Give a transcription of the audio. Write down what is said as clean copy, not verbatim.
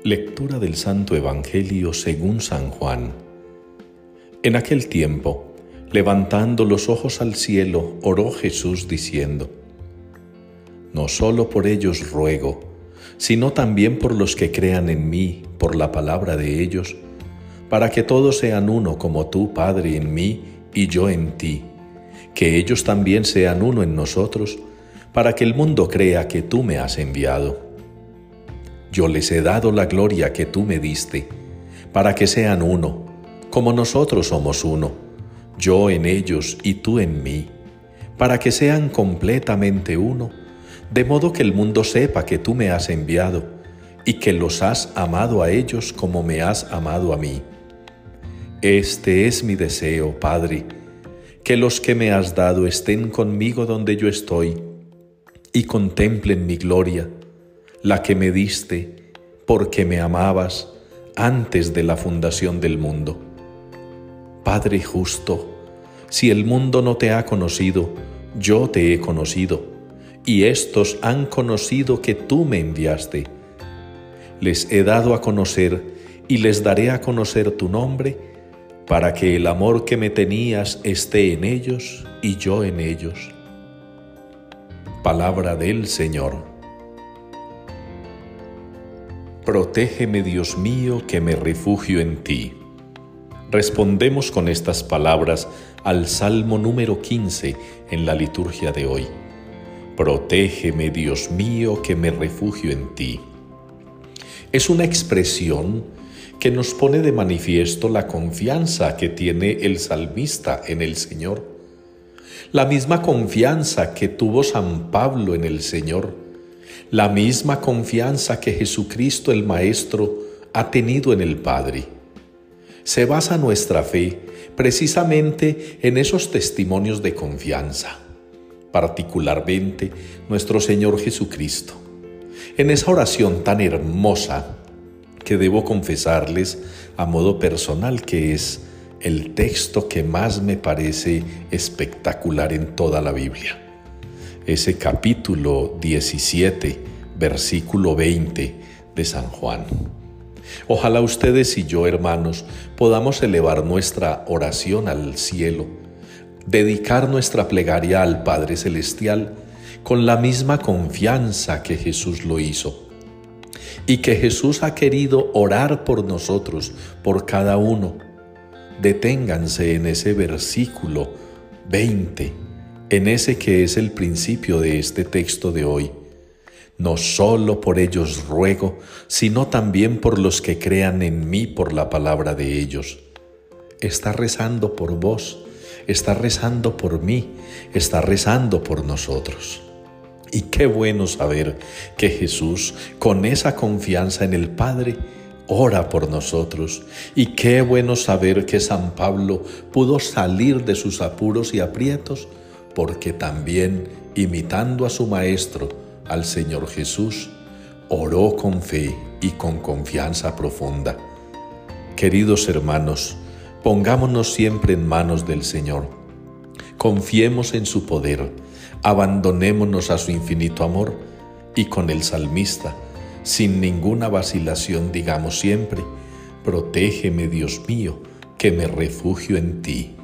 Lectura del Santo Evangelio según San Juan. En aquel tiempo, levantando los ojos al cielo, oró Jesús diciendo: No solo por ellos ruego, sino también por los que crean en mí, por la palabra de ellos, para que todos sean uno como tú, Padre, en mí y yo en ti, que ellos también sean uno en nosotros, para que el mundo crea que tú me has enviado. Yo les he dado la gloria que tú me diste, para que sean uno, como nosotros somos uno, yo en ellos y tú en mí, para que sean completamente uno, de modo que el mundo sepa que tú me has enviado y que los has amado a ellos como me has amado a mí. Este es mi deseo, Padre, que los que me has dado estén conmigo donde yo estoy y contemplen mi gloria, la que me diste, porque me amabas antes de la fundación del mundo. Padre justo, si el mundo no te ha conocido, yo te he conocido, y éstos han conocido que tú me enviaste. Les he dado a conocer y les daré a conocer tu nombre, para que el amor que me tenías esté en ellos y yo en ellos. Palabra del Señor. Protégeme, Dios mío, que me refugio en ti. Respondemos con estas palabras al Salmo número 15 en la liturgia de hoy. Protégeme, Dios mío, que me refugio en ti. Es una expresión que nos pone de manifiesto la confianza que tiene el salmista en el Señor. La misma confianza que tuvo San Pablo en el Señor. La misma confianza que Jesucristo el Maestro ha tenido en el Padre. Se basa nuestra fe precisamente en esos testimonios de confianza, particularmente nuestro Señor Jesucristo. En esa oración tan hermosa que debo confesarles a modo personal que es el texto que más me parece espectacular en toda la Biblia. Ese capítulo 17, versículo 20 de San Juan. Ojalá ustedes y yo, hermanos, podamos elevar nuestra oración al cielo, dedicar nuestra plegaria al Padre Celestial con la misma confianza que Jesús lo hizo, y que Jesús ha querido orar por nosotros, por cada uno. Deténganse en ese versículo 20, en ese que es el principio de este texto de hoy. No solo por ellos ruego, sino también por los que crean en mí por la palabra de ellos. Está rezando por vos, está rezando por mí, está rezando por nosotros. Y qué bueno saber que Jesús, con esa confianza en el Padre, ora por nosotros. Y qué bueno saber que San Pablo pudo salir de sus apuros y aprietos, porque también, imitando a su Maestro, al Señor Jesús, oró con fe y con confianza profunda. Queridos hermanos, pongámonos siempre en manos del Señor. Confiemos en su poder, abandonémonos a su infinito amor y con el salmista, sin ninguna vacilación, digamos siempre: Protégeme, Dios mío, que me refugio en ti.